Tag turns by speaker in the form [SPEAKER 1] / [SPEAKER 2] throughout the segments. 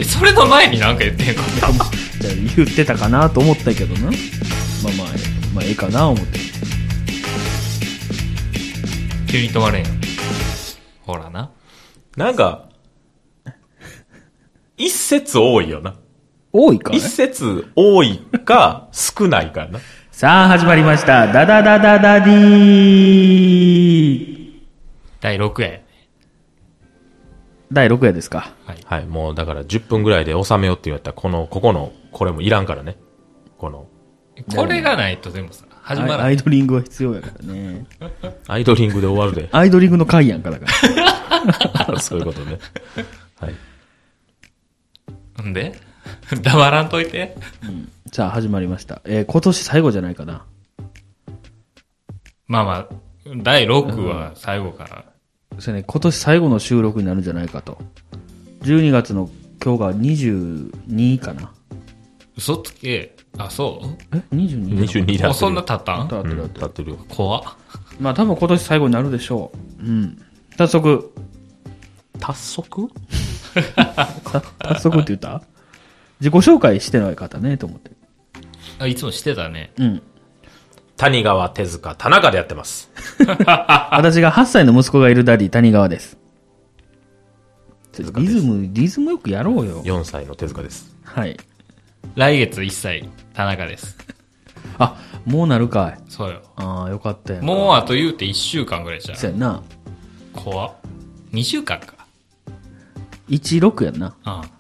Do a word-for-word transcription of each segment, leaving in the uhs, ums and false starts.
[SPEAKER 1] それの前になんか言ってんかった
[SPEAKER 2] じゃあ言ってたかなと思ったけどな。まあまあ、まあええかな思って。
[SPEAKER 1] 急に止まれんよ。ほらな。
[SPEAKER 3] なんか、一説多いよな。
[SPEAKER 2] 多いかい？
[SPEAKER 3] 一説多いか少ないかな。
[SPEAKER 2] さあ始まりました。ダダダダダディー。
[SPEAKER 1] だいろくや。
[SPEAKER 2] だいろくやですか。
[SPEAKER 1] はい。
[SPEAKER 3] はい、もうだからじゅっぷんぐらいで収めようって言われたら、この、ここの、これもいらんからね。この、
[SPEAKER 1] これがないとでもさ、始まらない。
[SPEAKER 2] アイドリングは必要やからね。
[SPEAKER 3] アイドリングで終わるで。
[SPEAKER 2] アイドリングの回やんかだから。
[SPEAKER 3] そういうことね。はい。
[SPEAKER 1] んで黙らんといて。
[SPEAKER 2] うん、さあ始まりました。えー、今年最後じゃないかな。
[SPEAKER 1] まあまあ、だいろくは最後から。
[SPEAKER 2] そうね、今年最後の収録になるんじゃないかと。じゅうにがつの今日がにじゅうにかな。
[SPEAKER 1] 嘘つけ。あ、そう
[SPEAKER 2] え ?にじゅうに?
[SPEAKER 3] にじゅうにだ。
[SPEAKER 1] もうそんな経ったん
[SPEAKER 2] だって
[SPEAKER 3] うん、
[SPEAKER 2] だって
[SPEAKER 3] 立ってるよ。
[SPEAKER 1] 怖っ。
[SPEAKER 2] まあ多分今年最後になるでしょう。うん。早速。
[SPEAKER 3] 達速
[SPEAKER 2] 早速って言った自己紹介してない方ね、と思って。
[SPEAKER 1] あ、いつもしてたね。
[SPEAKER 2] うん。
[SPEAKER 3] 谷川、手塚、田中でやってます。
[SPEAKER 2] 私がはっさいの息子がいるダディ、谷川です。
[SPEAKER 3] 手塚です
[SPEAKER 2] リズム、リズムよくやろうよ。
[SPEAKER 3] よんさいの手塚です。
[SPEAKER 2] はい。
[SPEAKER 1] 来月いっさい、田中です。
[SPEAKER 2] あ、もうなるかい。
[SPEAKER 1] そうよ。
[SPEAKER 2] ああ、よかったやん。
[SPEAKER 1] もうあと言うていっしゅうかんぐらいじゃん。
[SPEAKER 2] そうやな。
[SPEAKER 1] 怖っ。にしゅうかんか。
[SPEAKER 2] じゅうろくやんな。
[SPEAKER 1] ああ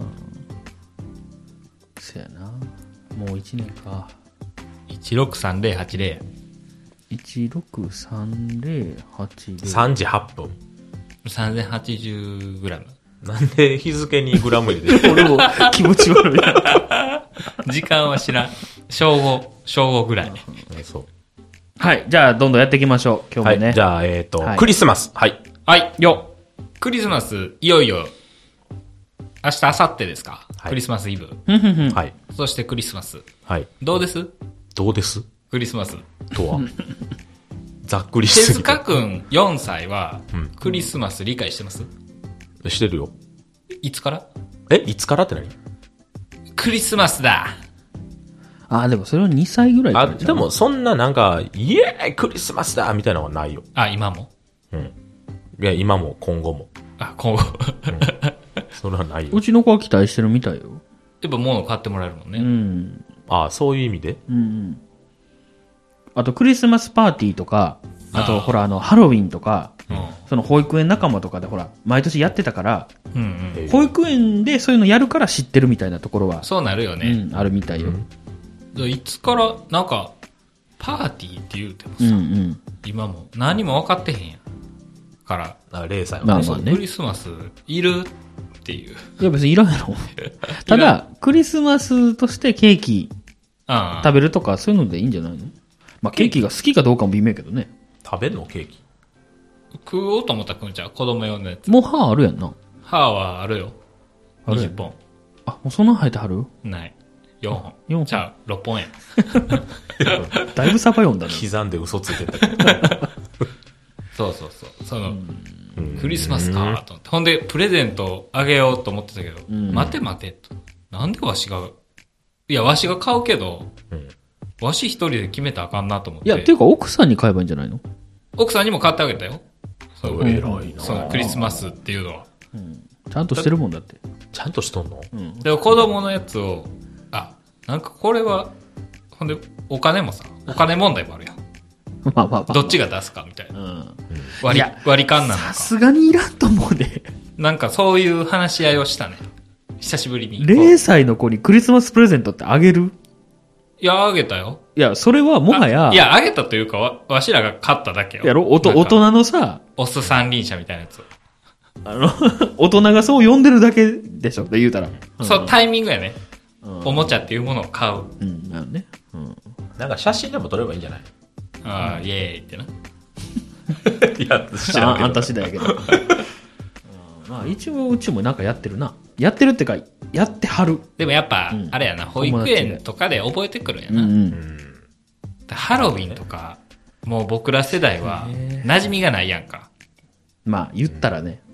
[SPEAKER 2] そうやな。もういちねんか。
[SPEAKER 1] いちろくさんぜろはちぜろ。
[SPEAKER 2] いちろくさんぜろはちぜろ。
[SPEAKER 3] さんじはっぷん。
[SPEAKER 1] さんぜんはちじゅうグラム。
[SPEAKER 3] なんで日付にグラム入れてる
[SPEAKER 2] 俺も気持ち悪いな。
[SPEAKER 1] 時間は知らん。正午、正午ぐらい。
[SPEAKER 3] そう。
[SPEAKER 2] はい。じゃあ、どんどんやっていきましょう。今日もね。
[SPEAKER 3] はい。じゃあ、えっと、
[SPEAKER 2] はい
[SPEAKER 3] クリスマス。はい。
[SPEAKER 1] はい。よ。クリスマス、いよいよ、明日、明後日ですか。
[SPEAKER 3] はい
[SPEAKER 1] クリスマスイブ。
[SPEAKER 3] はい。
[SPEAKER 1] そしてクリスマス。
[SPEAKER 3] はい。
[SPEAKER 1] どうです
[SPEAKER 3] どうです
[SPEAKER 1] クリスマス。
[SPEAKER 3] とはざっくりし
[SPEAKER 1] 手
[SPEAKER 3] すぎて。
[SPEAKER 1] 塚くんよんさいは
[SPEAKER 3] うん、
[SPEAKER 1] クリスマス理解してます
[SPEAKER 3] してるよ。
[SPEAKER 1] いつから
[SPEAKER 3] えいつからって何
[SPEAKER 1] クリスマスだ。
[SPEAKER 2] ああ、でもそれはにさいぐらいか
[SPEAKER 3] あ、
[SPEAKER 2] らじゃん。
[SPEAKER 3] でもそんななんか、イエーイクリスマスだみたいなのはないよ。
[SPEAKER 1] あ、今も
[SPEAKER 3] うん。いや、今も今後も。
[SPEAKER 1] あ、今後。
[SPEAKER 3] それはないよ
[SPEAKER 2] う。ちの子は期待してるみたいよ。
[SPEAKER 1] やっぱ物買ってもらえるもんね。
[SPEAKER 2] うん。
[SPEAKER 3] ああ、そういう意味で
[SPEAKER 2] うんうん。あと、クリスマスパーティーとか、あと、
[SPEAKER 1] あー
[SPEAKER 2] ほら、あの、ハロウィンとか、
[SPEAKER 1] うん。
[SPEAKER 2] その保育園仲間とかで、ほら、毎年やってたから、
[SPEAKER 1] うんうん。
[SPEAKER 3] え
[SPEAKER 2] 保育園でそういうのやるから知ってるみたいなところは、
[SPEAKER 1] そうなるよ
[SPEAKER 2] う
[SPEAKER 1] ね。
[SPEAKER 2] ん、あるみたいよ。
[SPEAKER 1] じゃあいつから、なんか、パーティーって言うてもさ、
[SPEAKER 2] うんうん。
[SPEAKER 1] 今も何も分かってへんやん。から、
[SPEAKER 3] あ、れいさい
[SPEAKER 2] まあ
[SPEAKER 3] はね。
[SPEAKER 2] まあね
[SPEAKER 1] クリスマスいるっていう。
[SPEAKER 2] いや、別にいらんやろ。ただ、クリスマスとしてケーキ
[SPEAKER 1] ああ。
[SPEAKER 2] 食べるとか、そういうのでいいんじゃないの？まあ、ケーキが好きかどうかも微妙やけどね。
[SPEAKER 3] 食べるのケーキ。
[SPEAKER 1] 食おうと思ったら食うんちゃう子供用のやつ。
[SPEAKER 2] もう歯あるやんな。
[SPEAKER 1] 歯はあるよ。
[SPEAKER 2] ある
[SPEAKER 1] にじゅっぽん。
[SPEAKER 2] あ、もうそんな生えてはる？
[SPEAKER 1] ない。よんほん。
[SPEAKER 2] よんほん
[SPEAKER 1] じゃあ、ろっぽんや。
[SPEAKER 2] だいぶサバ読んだね。
[SPEAKER 3] 刻んで嘘ついてたけど。
[SPEAKER 1] そうそうそう。その、
[SPEAKER 3] うん
[SPEAKER 1] クリスマスかと思って。ほんで、プレゼントあげようと思ってたけど、
[SPEAKER 2] ん
[SPEAKER 1] 待て待てと。なんでわしが、いや、わしが買うけど、
[SPEAKER 3] うん
[SPEAKER 1] わし一人で決めたらあかんなと思って。
[SPEAKER 2] いや、っていうか奥さんに買えばいいんじゃないの？
[SPEAKER 1] 奥さんにも買ってあげたよ。そう
[SPEAKER 3] 偉いな
[SPEAKER 1] そのクリスマスっていうのは。
[SPEAKER 2] ちゃんとしてるもんだって。
[SPEAKER 3] ちゃんとしとんの
[SPEAKER 1] でも子供のやつを、あ、なんかこれは、ほんで、お金もさ、お金問題もあるやん。
[SPEAKER 2] まあまあまあ。
[SPEAKER 1] どっちが出すかみたいな。
[SPEAKER 2] うん。
[SPEAKER 1] 割り
[SPEAKER 2] いや、
[SPEAKER 1] 割り勘なのか。
[SPEAKER 2] さすがにいらんと思うで。
[SPEAKER 1] なんかそういう話し合いをしたね。久しぶりに。
[SPEAKER 2] れいさいの子にクリスマスプレゼントってあげる？
[SPEAKER 1] いや、あげたよ。
[SPEAKER 2] いや、それはもはや、
[SPEAKER 1] いや、あげたというか、わ、わしらが買っただけよ。
[SPEAKER 2] やろおと
[SPEAKER 1] なんか
[SPEAKER 2] 大人のさ、
[SPEAKER 1] オス三輪車みたいなやつ。
[SPEAKER 2] あの、大人がそう呼んでるだけでしょって言うたら。
[SPEAKER 1] そう、タイミングやね。
[SPEAKER 2] うん
[SPEAKER 1] おもちゃっていうものを買う。
[SPEAKER 2] うん、なるね。うん。
[SPEAKER 3] なんか写真でも撮ればいいんじゃない
[SPEAKER 1] ああ、イエーイってな。
[SPEAKER 3] いや、知らんけど。
[SPEAKER 2] ああんた次第やけど。うんまあ一応うちもなんかやってるな。やってるってか、やってはる。
[SPEAKER 1] でもやっぱ、
[SPEAKER 2] うん
[SPEAKER 1] あれやな、保育園とかで覚えてくるんやな。
[SPEAKER 2] うんうん。
[SPEAKER 3] うん
[SPEAKER 1] ハロウィンとか、もう僕ら世代は、馴染みがないやんか。
[SPEAKER 2] まあ言ったらね。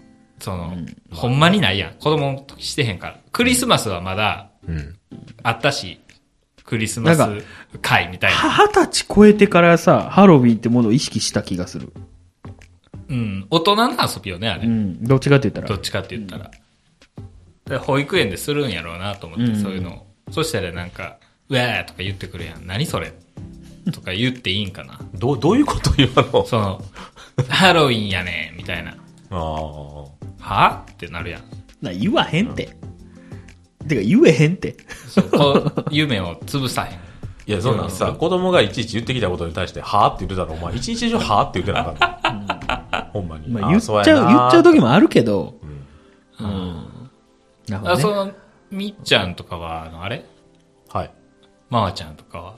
[SPEAKER 1] その、うん、ほんまにないやん。子供の時してへんから。クリスマスはまだ、うん、あったし、クリスマス会みたいな。
[SPEAKER 2] 二十歳超えてからさ、ハロウィンってものを意識した気がする。
[SPEAKER 1] うん。大人の遊びよね、あれ。
[SPEAKER 2] うん。どっちかって言ったら。
[SPEAKER 1] どっちかって言ったら。うん、で保育園でするんやろうなと思って、うん、そういうのを。そしたらなんか、うわーとか言ってくるやん。何それとか言っていいんかな。
[SPEAKER 3] どう、どういうこと言うの？
[SPEAKER 1] その、ハロウィンやねん、みたいな。
[SPEAKER 3] ああ。
[SPEAKER 1] はってなるやん。
[SPEAKER 2] な、言わへんって。うん、てか、言えへんって。
[SPEAKER 1] そう、こう、夢を潰さへん。
[SPEAKER 3] いや、そんなんさ、子供がいちいち言ってきたことに対して、はぁって言ってたら、お前、一日中はぁって言ってなかった。ほんまに。
[SPEAKER 2] まあ、言っちゃう、言っちゃう時もあるけど。うん。うん。
[SPEAKER 1] なるほど、ね。あ、その、みっちゃんとかは、あの、あれ？
[SPEAKER 3] はい。
[SPEAKER 1] まわちゃんとかは。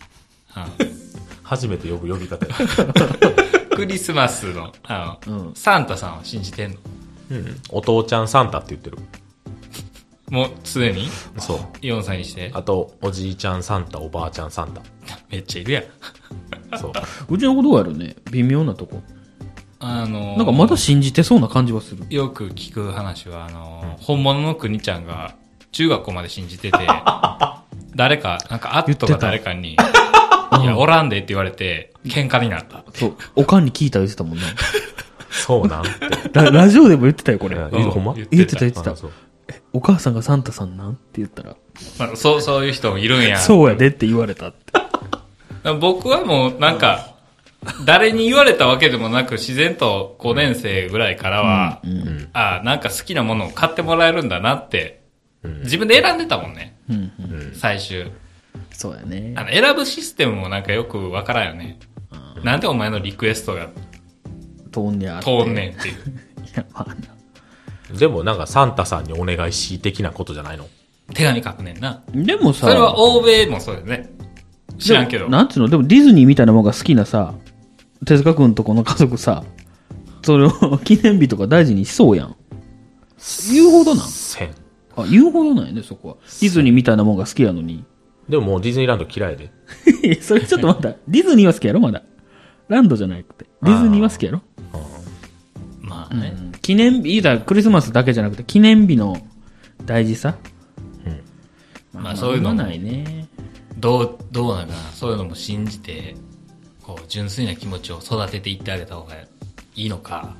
[SPEAKER 3] 初めて呼ぶ呼び方や。
[SPEAKER 1] クリスマスの、あの、うん、サンタさんは信じてんの？
[SPEAKER 3] うん。お父ちゃんサンタって言ってる。
[SPEAKER 1] もう、すでに？
[SPEAKER 3] そう。
[SPEAKER 1] よんさいにして。
[SPEAKER 3] あと、おじいちゃんサンタ、おばあちゃんサンタ。
[SPEAKER 1] めっちゃいるや
[SPEAKER 2] ん。そう。うちの子どうやるね？微妙なとこ。
[SPEAKER 1] あのー、
[SPEAKER 2] なんかまだ信じてそうな感じはする。
[SPEAKER 1] よく聞く話は、あのーうん、本物の国ちゃんが中学校まで信じてて、誰か、なんか、あっとか誰かに、いや、おらんでって言われて、喧嘩になった。
[SPEAKER 2] そう。おかんに聞いた言ってたもんね。
[SPEAKER 3] そうなんて
[SPEAKER 2] ラ。ラジオでも言ってたよ、これ。
[SPEAKER 3] うん、ほんま
[SPEAKER 2] 言ってた言ってた。え、お母さんがサンタさんなんって言ったら。
[SPEAKER 1] まあ、そう、そういう人もいるんや。
[SPEAKER 2] そうやでって言われたって。
[SPEAKER 1] 僕はもう、なんか、誰に言われたわけでもなく、自然とごねん生ぐらいからは、うんうん、ああ、なんか好きなものを買ってもらえるんだなって、うん、自分で選んでたもんね。うんうん、最終。
[SPEAKER 2] そうやね。
[SPEAKER 1] あの、選ぶシステムもなんかよくわからんよね。うん、なんでお前のリクエストが、
[SPEAKER 2] 通んねや。
[SPEAKER 1] 通んねんっていう。いや、まあ
[SPEAKER 3] な。でもなんかサンタさんにお願いし的なことじゃないの？
[SPEAKER 1] 手紙書くねんな。
[SPEAKER 2] でもさ。
[SPEAKER 1] それは欧米もそうよね。知らんけど。
[SPEAKER 2] なんつうの？でもディズニーみたいなもんが好きなさ、手塚くんとこの家族さ、それを記念日とか大事にしそうやん。言うほどなん？
[SPEAKER 3] せん。
[SPEAKER 2] あ、言うほどなんやね、そこは。ディズニーみたいなもんが好きやのに。
[SPEAKER 3] でももうディズニーランド嫌いで。
[SPEAKER 2] それちょっとまだ、ディズニーは好きやろまだ。ランドじゃなくて。ディズニーは好きやろ
[SPEAKER 1] まあね、うん。記
[SPEAKER 2] 念日、だクリスマスだけじゃなくて、記念日の大事さ。
[SPEAKER 1] うん。まあ、まあ、そういうのもないね。どう、どうなんかな。そういうのも信じて、こう、純粋な気持ちを育てていってあげた方がいいのか。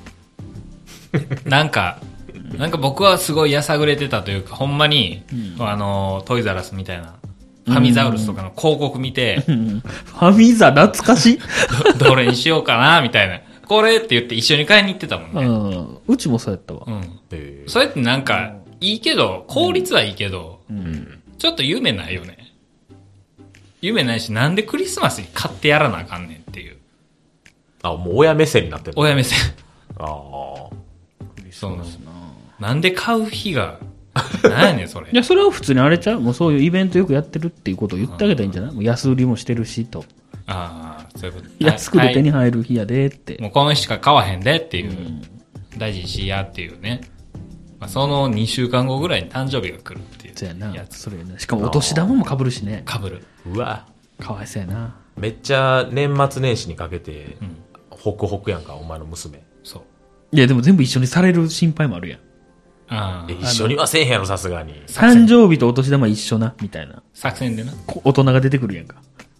[SPEAKER 1] なんか、なんか僕はすごいやさぐれてたというか、ほんまに、うん、あの、トイザラスみたいな、ファミザウルスとかの広告見て、
[SPEAKER 2] うん、ファミザ懐かしい
[SPEAKER 1] ど, どれにしようかな、みたいな。これって言って一緒に買いに行ってたもんね。
[SPEAKER 2] うん、うちもそうやったわ。
[SPEAKER 1] うん。それってなんか、いいけど、効率はいいけど、うん、ちょっと夢ないよね。夢ないし、なんでクリスマスに買ってやらなあかんねんっていう。
[SPEAKER 3] あ、もう親目線になってる。
[SPEAKER 1] 親目線。
[SPEAKER 3] ああ。
[SPEAKER 1] クリスマスな。なんで買う日が、なんやねん、それ。
[SPEAKER 2] いや、それは普通にあれちゃうもうそういうイベントよくやってるっていうことを言ってあげたらいいんじゃない？もう安売りもしてるし、と。
[SPEAKER 1] ああ、そういうこと。
[SPEAKER 2] 安くて手に入る日やでって。
[SPEAKER 1] もうこの日しか買わへんでっていう、うん、大事にしやっていうね。まあ、そのにしゅうかんごぐらいに誕生日が来るっていう。
[SPEAKER 2] そうやな。それやな。しかもお年玉も被るしね。
[SPEAKER 1] 被る。
[SPEAKER 3] うわ。
[SPEAKER 2] かわいそうやな。
[SPEAKER 3] めっちゃ年末年始にかけて、うん、ホクホクやんか、お前の娘。
[SPEAKER 1] そう。
[SPEAKER 2] いや、でも全部一緒にされる心配もあるやん。
[SPEAKER 1] ああ。
[SPEAKER 3] 一緒にはせえへんやろ、さすがに。
[SPEAKER 2] 誕生日とお年玉一緒な、みたいな。
[SPEAKER 1] 作戦でな。
[SPEAKER 2] 大人が出てくるやんか。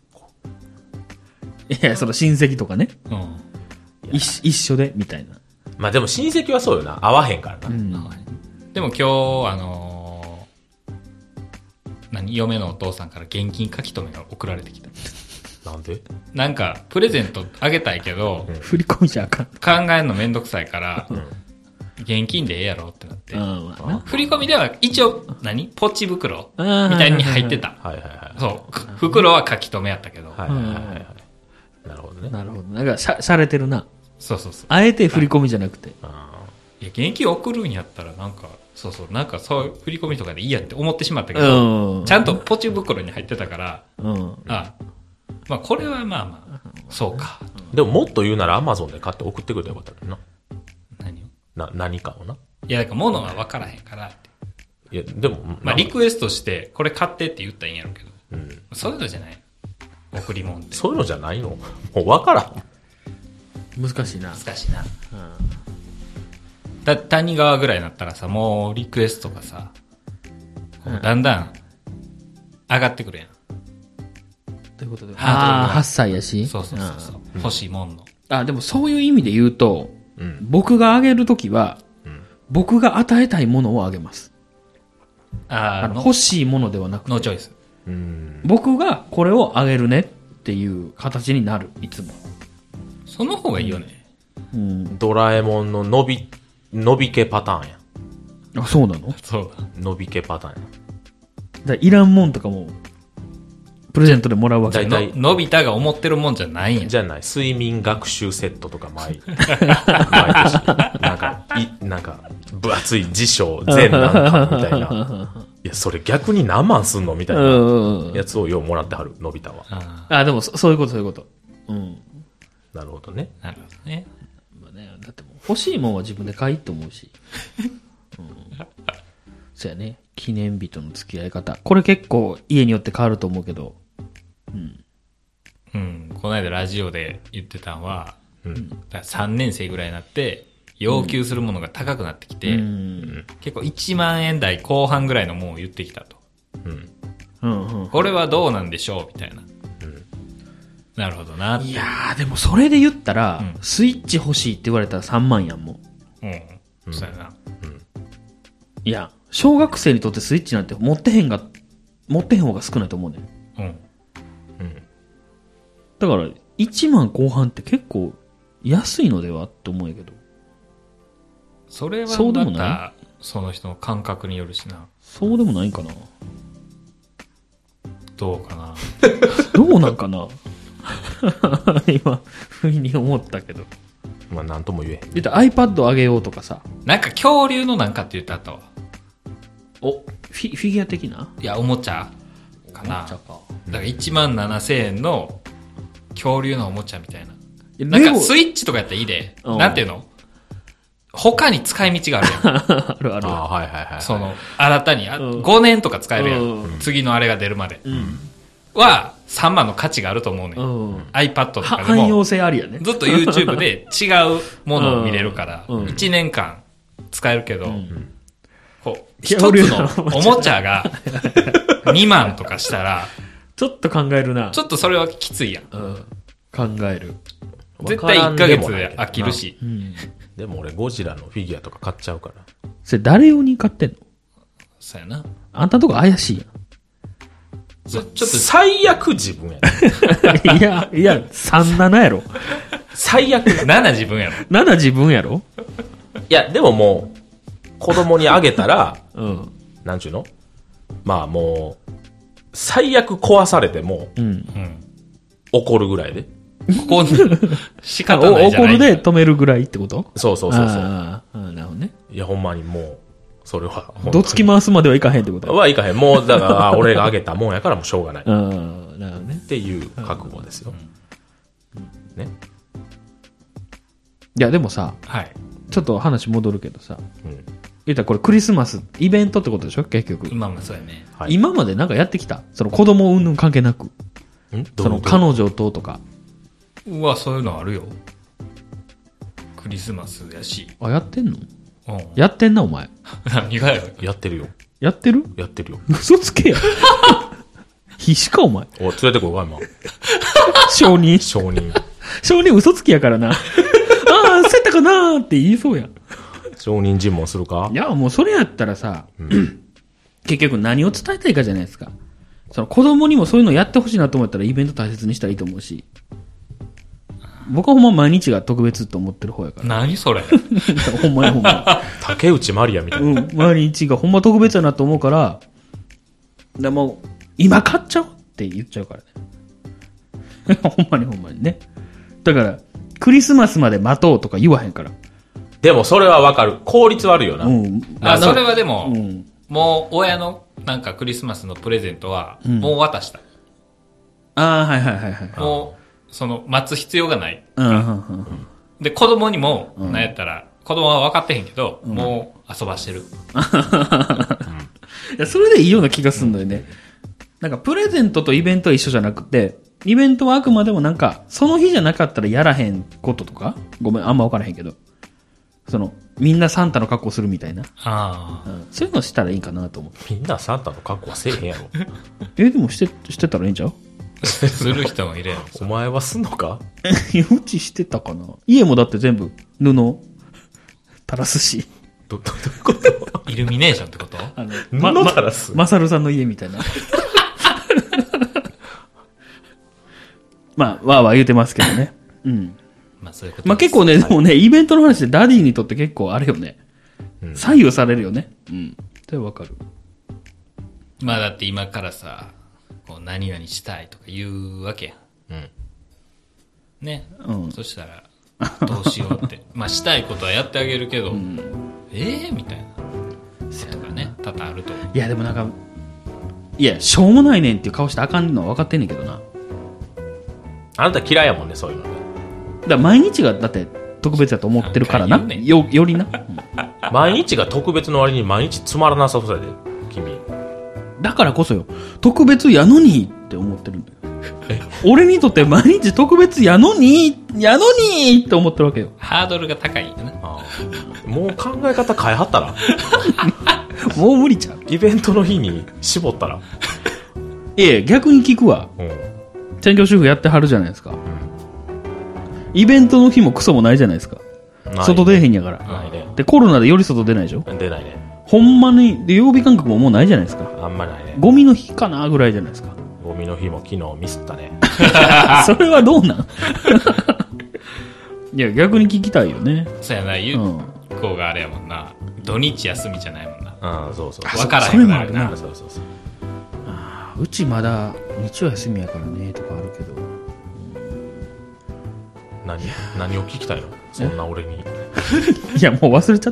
[SPEAKER 2] いや、その親戚とかね。うん。一, 一緒で、みたいな。
[SPEAKER 3] まあでも親戚はそうよな。合わへんからな。うん、
[SPEAKER 1] でも今日、あのー、何、嫁のお父さんから現金書き留めが送られてきた。
[SPEAKER 3] なんで？
[SPEAKER 1] なんか、プレゼントあげたいけど、
[SPEAKER 2] うん、振り込みじゃあかん。
[SPEAKER 1] 考えるのめんどくさいから、うん、現金でええやろってなって。まあ、振り込みでは一応、何ポチ袋みたいに入ってた。
[SPEAKER 3] はいはいはい。
[SPEAKER 1] そう。袋は書き留めやったけど。
[SPEAKER 3] はいはいはいはい。なるほどね。
[SPEAKER 2] なるほど。なんか、しゃ、しゃれてるな。
[SPEAKER 1] そうそうそう。
[SPEAKER 2] あえて振り込みじゃなくて。
[SPEAKER 1] あいや、現金送るんやったら、なんか、そうそう、なんかそういう振り込みとかでいいやって思ってしまったけど、ちゃんとポチ袋に入ってたから、うん、あまあこれはまあまあ、そうか。
[SPEAKER 3] でももっと言うならアマゾンで買って送ってくれたらよかったのにな。
[SPEAKER 1] 何を
[SPEAKER 3] な、何かをな。
[SPEAKER 1] いや、だから物は分からへんからって。
[SPEAKER 3] いや、でも、
[SPEAKER 1] まあリクエストして、これ買ってって言ったらいいんやろうけど、うん、そういうのじゃない。送り物って。
[SPEAKER 3] そういうのじゃないの？もう分からん。
[SPEAKER 2] 難しいな。
[SPEAKER 1] 難しいな。うん、 だ谷川ぐらいになったらさ、もうリクエストがさ、こうだんだん上がってくるやん。
[SPEAKER 2] ということで。
[SPEAKER 1] ハードルが
[SPEAKER 2] ああ、はっさいやし。
[SPEAKER 1] そうそうそうそう、欲しいもんの。
[SPEAKER 2] あ、でもそういう意味で言うと、
[SPEAKER 3] うん。
[SPEAKER 2] 僕があげるときは、
[SPEAKER 3] うん。
[SPEAKER 2] 僕が与えたいものをあげます。
[SPEAKER 1] あーの
[SPEAKER 2] あの欲しいものではなくて、
[SPEAKER 1] ノーチョイス。
[SPEAKER 3] うん。
[SPEAKER 2] 僕がこれをあげるねっていう形になる、いつも。
[SPEAKER 1] その方がいいよね。
[SPEAKER 2] うん。
[SPEAKER 3] ドラえもんの伸び、伸び毛パターンや。
[SPEAKER 2] あ、そうなの？
[SPEAKER 1] そうだ。
[SPEAKER 3] 伸び毛パターンや。
[SPEAKER 2] だいらんもんとかも、プレゼントでもらうわけ
[SPEAKER 3] 大体
[SPEAKER 1] ののび太が思ってるもんじゃないんや。
[SPEAKER 3] じゃない。睡眠学習セットとか毎、毎年。なんか、い、なんか、分厚い辞書、全なんかみたいな。いや、それ逆に何万すんのみたいな
[SPEAKER 2] うん。
[SPEAKER 3] やつをようもらってはる、のび太は。
[SPEAKER 1] あ
[SPEAKER 2] あ、でもそ、そういうこと、そういうこと。うん。
[SPEAKER 3] なるほどね。
[SPEAKER 1] あ、なるほどね。
[SPEAKER 2] まあね、だってもう欲しいもんは自分で買いと思うし。うん。そうやね。記念日との付き合い方。これ結構家によって変わると思うけど。
[SPEAKER 1] うん。この間ラジオで言ってたんは、
[SPEAKER 3] うん。
[SPEAKER 1] だからさんねん生ぐらいになって、要求するものが高くなってきて、
[SPEAKER 2] うん。
[SPEAKER 1] 結構いちまん円台後半ぐらいのものを言ってきたと。
[SPEAKER 3] うん。
[SPEAKER 2] うんうん。
[SPEAKER 1] これはどうなんでしょうみたいな。
[SPEAKER 3] うん。
[SPEAKER 1] なるほどなって。
[SPEAKER 2] いやー、でもそれで言ったら、
[SPEAKER 1] うん
[SPEAKER 2] スイッチ欲しいって言われたらさんまんやんもん。
[SPEAKER 1] うん。そうやな。
[SPEAKER 2] いや、小学生にとってスイッチなんて持ってへんが、持ってへん方が少ないと思うねん。
[SPEAKER 1] うん。
[SPEAKER 3] うん。
[SPEAKER 2] だから、いちまん後半って結構安いのではって思うんやけど。
[SPEAKER 1] それは
[SPEAKER 2] そうでもない
[SPEAKER 1] また、その人の感覚によるしな。
[SPEAKER 2] そうでもないんかな。
[SPEAKER 1] どうかな。
[SPEAKER 2] どうなんかな今、不意に思ったけど。
[SPEAKER 3] まあ、なんとも言えへん。
[SPEAKER 2] 言った iPad あげようとかさ。
[SPEAKER 1] なんか恐竜のなんかって言ってあったわ。
[SPEAKER 2] お、フィフィギュア的ない
[SPEAKER 1] や、おもちゃかな。
[SPEAKER 2] おもちゃか
[SPEAKER 1] だからいちまんななせんえんの恐竜のおもちゃみたいな。
[SPEAKER 2] いや
[SPEAKER 1] なんか
[SPEAKER 2] レゴ
[SPEAKER 1] スイッチとかやったらいいで。
[SPEAKER 2] うん
[SPEAKER 1] なんていうの他に使い道があるやん。
[SPEAKER 2] あるある。
[SPEAKER 3] ああ、はいはいはい。
[SPEAKER 1] その、新たに、あ
[SPEAKER 2] うん
[SPEAKER 1] ごねんとか使えるや
[SPEAKER 2] うん
[SPEAKER 1] ん。次のあれが出るまで。
[SPEAKER 2] うん。
[SPEAKER 1] は、さんまんの価値があると思うねん。
[SPEAKER 2] うん。
[SPEAKER 1] iPad と
[SPEAKER 2] は
[SPEAKER 1] かでも、
[SPEAKER 2] 汎用性ありやね。
[SPEAKER 1] ずっと YouTube で違うものを見れるから
[SPEAKER 2] うんうん、
[SPEAKER 1] いちねんかん使えるけど、
[SPEAKER 2] ん
[SPEAKER 1] こう、一つ
[SPEAKER 2] 恐竜
[SPEAKER 1] の
[SPEAKER 2] の
[SPEAKER 1] おもちゃがにまんとかしたら、
[SPEAKER 2] ちょっと考えるな。
[SPEAKER 1] ちょっとそれはきついやん。
[SPEAKER 2] うん。考える。
[SPEAKER 1] 絶対いっかげつで飽きるし。
[SPEAKER 2] うん。
[SPEAKER 3] でも俺ゴジラのフィギュアとか買っちゃうから。
[SPEAKER 2] それ誰用に買ってんの？
[SPEAKER 1] そうやな。
[SPEAKER 2] あんたとこ怪しい
[SPEAKER 1] そちょっと、
[SPEAKER 3] 最悪自分やね。
[SPEAKER 2] やん。いや、いや、さんななやろ。
[SPEAKER 3] 最悪。い
[SPEAKER 1] なな自分やろ。
[SPEAKER 2] なな自分やろ？
[SPEAKER 3] や、でももう、子供にあげたら、
[SPEAKER 2] うん。
[SPEAKER 3] なんちゅうのまあもう、最悪壊されても
[SPEAKER 2] うん。
[SPEAKER 1] うん。
[SPEAKER 3] 怒るぐらいで。
[SPEAKER 1] ここ、仕方
[SPEAKER 2] お
[SPEAKER 1] ないじゃない。
[SPEAKER 2] 怒るで止めるぐらいってこと？
[SPEAKER 3] そうそうそうそう。
[SPEAKER 2] あーあー、なるほどね。
[SPEAKER 3] いや、ほんまにもう、それは。
[SPEAKER 2] どつき回すまではいかへんってこと？
[SPEAKER 3] はいかへん。もう、だから、あ俺があげたもんやからもうしょうがない。っ
[SPEAKER 2] うん、なるほどね。
[SPEAKER 3] ていう覚悟ですよ。ね。
[SPEAKER 2] いや、でもさ、
[SPEAKER 1] はい。
[SPEAKER 2] ちょっと話戻るけどさ、
[SPEAKER 3] うん。
[SPEAKER 2] 言ったらこれクリスマス、イベントってことでしょ結局。
[SPEAKER 1] 今もそうやね。
[SPEAKER 3] はい。
[SPEAKER 2] 今までなんかやってきたその子供云々関係なく。
[SPEAKER 3] んど
[SPEAKER 2] そうの
[SPEAKER 3] いう
[SPEAKER 2] 彼女ととか。
[SPEAKER 1] うわ、そういうのあるよ。クリスマスやし。
[SPEAKER 2] あ、やってんの？
[SPEAKER 1] うん。
[SPEAKER 2] やってんな、お前。
[SPEAKER 1] 何がよ。
[SPEAKER 3] やってるよ。
[SPEAKER 2] やってる？
[SPEAKER 3] やってるよ。
[SPEAKER 2] 嘘つけや。必死か、お前。
[SPEAKER 3] おい、連れてこい、お前、今。
[SPEAKER 2] 承認。
[SPEAKER 3] 承認。
[SPEAKER 2] 承認嘘つきやからな。ああ、せったかなーって言いそうやん。
[SPEAKER 3] 承認尋問するか
[SPEAKER 2] いや、もうそれやったらさ、結局何を伝えたいかじゃないですか。その子供にもそういうのやってほしいなと思ったらイベント大切にしたらいいと思うし。僕はほんま毎日が特別と思ってる方やから。
[SPEAKER 1] 何それ。
[SPEAKER 2] ほんまにほんま
[SPEAKER 3] 竹内まりやみたい
[SPEAKER 2] に。
[SPEAKER 3] な。
[SPEAKER 2] うん、毎日がほんま特別やなと思うから、でもう、今買っちゃおうって言っちゃうからね。ほんまにほんまにね。だから、クリスマスまで待とうとか言わへんから。
[SPEAKER 3] でもそれはわかる。効率悪いよな。
[SPEAKER 2] うん。
[SPEAKER 1] あ、それ
[SPEAKER 2] は、
[SPEAKER 1] はでも、
[SPEAKER 2] うん。
[SPEAKER 1] もう親のなんかクリスマスのプレゼントは、
[SPEAKER 2] うん
[SPEAKER 1] もう渡した。
[SPEAKER 2] ああ、はいはいはいはい。
[SPEAKER 1] もう、その、待つ必要がない。
[SPEAKER 2] うん、うん、うん。
[SPEAKER 1] で、子供にも、
[SPEAKER 2] うん
[SPEAKER 1] なんやったら、子供は分かってへんけど、もう遊ばしてる。
[SPEAKER 2] いや、それでいいような気がするんだよね。なんか、プレゼントとイベントは一緒じゃなくて、イベントはあくまでもなんか、その日じゃなかったらやらへんこととかごめん、あんま分からへんけど。 その、みんなサンタの格好するみたいな。
[SPEAKER 1] ああ。
[SPEAKER 2] うん、そういうのしたらいいかなと思って。
[SPEAKER 3] みんなサンタの格好はせえへんやろ。
[SPEAKER 2] え、でもして、してたらいいんちゃう
[SPEAKER 1] する人もいるやろ。
[SPEAKER 3] お前はすんのか？
[SPEAKER 2] うちしてたかな。家もだって全部布垂らすし。
[SPEAKER 3] ど、ど、どういうこと
[SPEAKER 1] イルミネーションってこと？
[SPEAKER 2] あの、
[SPEAKER 3] 布垂らす？
[SPEAKER 2] まさるさんの家みたいな。まあ、わーわー言うてますけどね。うん。
[SPEAKER 1] まあそういうことです。
[SPEAKER 2] まあ結構ね、でもね、イベントの話でダディにとって結構あれよね。
[SPEAKER 3] うん、
[SPEAKER 2] 左右されるよね。うん。それわかる。
[SPEAKER 1] まあだって今からさ、こう何々したいとか言うわけや。
[SPEAKER 3] うん。
[SPEAKER 2] う
[SPEAKER 1] ね。
[SPEAKER 2] ん。
[SPEAKER 1] そしたら、どうしようって。まあしたいことはやってあげるけど、うん、ええー、みたいなことがね、多々あると。
[SPEAKER 2] いやでもなんか、いや、しょうもないねんっていう顔してあかんのは分かってんねんけどな。
[SPEAKER 3] あなた嫌いやもんね、そういうのね。
[SPEAKER 2] だから毎日がだって特別だと思ってるからな。ね、よ、よりな、うん。
[SPEAKER 3] 毎日が特別の割に毎日つまらなさそうやで、君。
[SPEAKER 2] だからこそよ、特別やのにって思ってるんだよ。俺にとって毎日特別やのに、やのにって思ってるわけよ。
[SPEAKER 1] ハードルが高いよね。
[SPEAKER 3] ああ、もう考え方変えはったら
[SPEAKER 2] もう無理ちゃう。
[SPEAKER 3] イベントの日に絞ったら。
[SPEAKER 2] いや逆に聞くわ。うん。専業主婦やってはるじゃないですか。うん、イベントの日もクソもないじゃないですか。外出えへんやから。
[SPEAKER 3] ないね。
[SPEAKER 2] で、コロナでより外出ないでしょ？
[SPEAKER 3] 出ないね。
[SPEAKER 2] ほんまに、で、曜日感覚ももうないじゃないですか。
[SPEAKER 3] あんまないね。
[SPEAKER 2] ゴミの日かなぐらいじゃないですか。
[SPEAKER 3] ゴミの日も昨日ミスったね。
[SPEAKER 2] それはどうなんいや、逆に聞きたいよね。
[SPEAKER 1] そうやな、ゆうこがあれやもんな。土日休みじゃないもんな。
[SPEAKER 3] うん、そうそう。
[SPEAKER 1] わからへんくなるな。
[SPEAKER 2] そうそうそう。ああ、うちまだ日曜休みやからね、とかあるけど。
[SPEAKER 3] 何何を聞きたいのそんな俺に。
[SPEAKER 2] いや、もう忘れちゃった。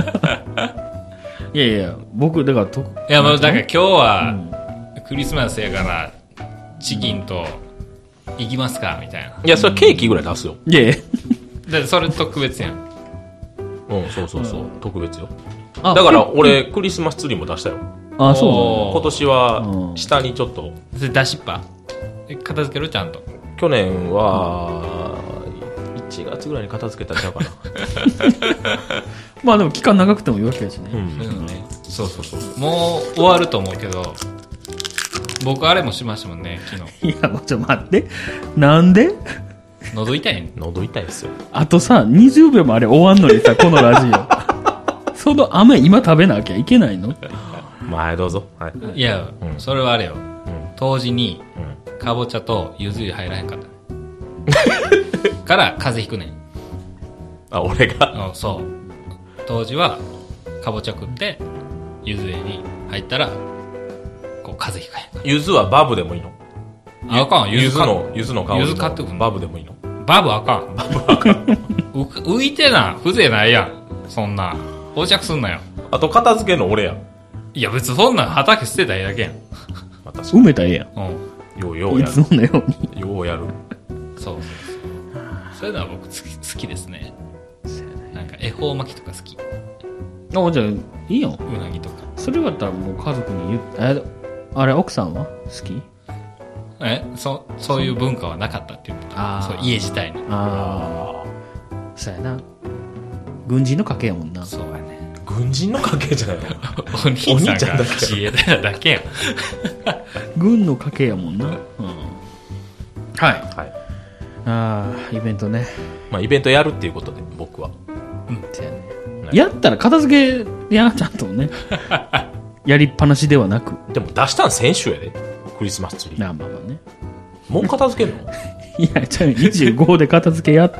[SPEAKER 2] いやいや、僕、だからと、
[SPEAKER 1] いや、もうだから今日は、クリスマスやから、チキンと、行きますかみたいな。
[SPEAKER 3] いや、それケーキぐらい出すよ。
[SPEAKER 2] いやいや。
[SPEAKER 1] だってそれ特別やん。
[SPEAKER 3] うん、そうそうそう。特別よ。だから、俺、クリスマスツリーも出したよ。
[SPEAKER 2] あ、そう
[SPEAKER 3] 今年は、下にちょっと。
[SPEAKER 1] それ出しっぱ片付けるちゃんと。
[SPEAKER 3] 去年は、いちがつぐらいに片付けたんちゃうかな。
[SPEAKER 2] まあでも期間長くてもいいわけやしね。
[SPEAKER 1] うん。うんね、そうそうそう。もう終わると思うけど、僕あれもしましたもんね、昨日。
[SPEAKER 2] いや、もうちょっと待って。なんで
[SPEAKER 1] 喉痛いん
[SPEAKER 3] 喉痛いですよ。
[SPEAKER 2] あとさ、にじゅうびょうもあれ終わんのにさ、このラジオ。その飴今食べなきゃいけないの？
[SPEAKER 3] 前どうぞ。はい。
[SPEAKER 1] いや、うん、それはあれよ。うん、当時に、うん、かぼちゃとゆず湯入らへんかった。から風邪ひくねん。
[SPEAKER 3] あ、俺が？
[SPEAKER 1] うん、そう。当時は、かぼちゃ食って、ゆず湯に入ったら、こう風邪ひかへん。
[SPEAKER 3] ゆずはバブでもいいの？
[SPEAKER 1] あかん、
[SPEAKER 3] ゆずの、ゆずの香り
[SPEAKER 1] ゆず買ってくん
[SPEAKER 3] バブでもいいの？
[SPEAKER 1] バブあかん。バブあかん。浮いてな、風情ないやん。そんな。横着すんなよ。
[SPEAKER 3] あと片付けんの俺やん。
[SPEAKER 1] いや別にそんなん畑捨てたらええだけやん。
[SPEAKER 2] 埋めたらええやん。
[SPEAKER 3] うん。ようようやる。
[SPEAKER 2] いつものよう
[SPEAKER 3] に。ようやる。
[SPEAKER 1] そうそうそう。そういうのは僕好き、好きですね。なんか恵方巻きとか好き。
[SPEAKER 2] あ、じゃあ、いいよ。
[SPEAKER 1] うなぎとか。
[SPEAKER 2] それだったらもう家族に言って、あれ、奥さんは好き？
[SPEAKER 1] えそ、そういう文化はなかったっていうこと。あそう家自体に。
[SPEAKER 2] ああ。そうやな。軍人の家系やもんな。
[SPEAKER 1] そうやね。
[SPEAKER 3] 軍人の家系じゃないの？
[SPEAKER 1] お兄ちゃんが自衛隊だけやん。
[SPEAKER 2] 軍の家系やもんな。うん。はい。
[SPEAKER 3] はい。
[SPEAKER 2] ああ、イベントね。
[SPEAKER 3] まあ、イベントやるっていうことで、僕は。
[SPEAKER 2] うん。そうやね。やったら片付けや、ちゃんとね。やりっぱなしではなく。
[SPEAKER 3] でも出したん先週やで。クリスマスツリー。
[SPEAKER 2] まあまあまあね。
[SPEAKER 3] もう片付けんの？
[SPEAKER 2] いや、じゃあにじゅうごで片付けやって。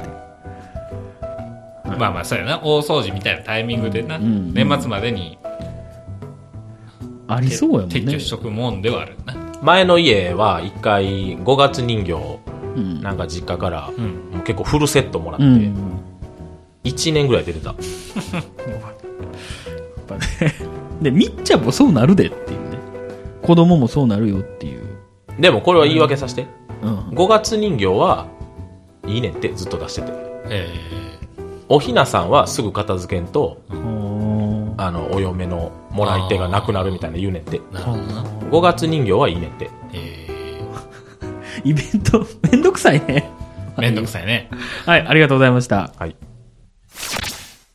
[SPEAKER 1] まあまあ、そうやな。大掃除みたいなタイミングでな。うんうん、年末までに。
[SPEAKER 2] ありそうやもんね。
[SPEAKER 1] 撤去しとくもんではあるな。
[SPEAKER 3] 前の家は一回ごがつ人形、うん、なんか実家から、うん、もう結構フルセットもらって、うん、いちねんぐらい出てた。
[SPEAKER 2] で、みっちゃんもそうなるでっていうね。子供もそうなるよっていう。
[SPEAKER 3] でもこれは言い訳させて。
[SPEAKER 2] うん、
[SPEAKER 3] ごがつ人形はいいねってずっと出してて。
[SPEAKER 1] え
[SPEAKER 3] ー、おひなさんはすぐ片付けんと、あの、お嫁のもらい手がなくなるみたいな言うねんって。
[SPEAKER 1] なるほどな。
[SPEAKER 3] ごがつ人形はいいねんって。
[SPEAKER 2] えー、イベントめんどくさいね。
[SPEAKER 1] めんどくさいね。
[SPEAKER 2] はい、ありがとうございました。
[SPEAKER 3] はい。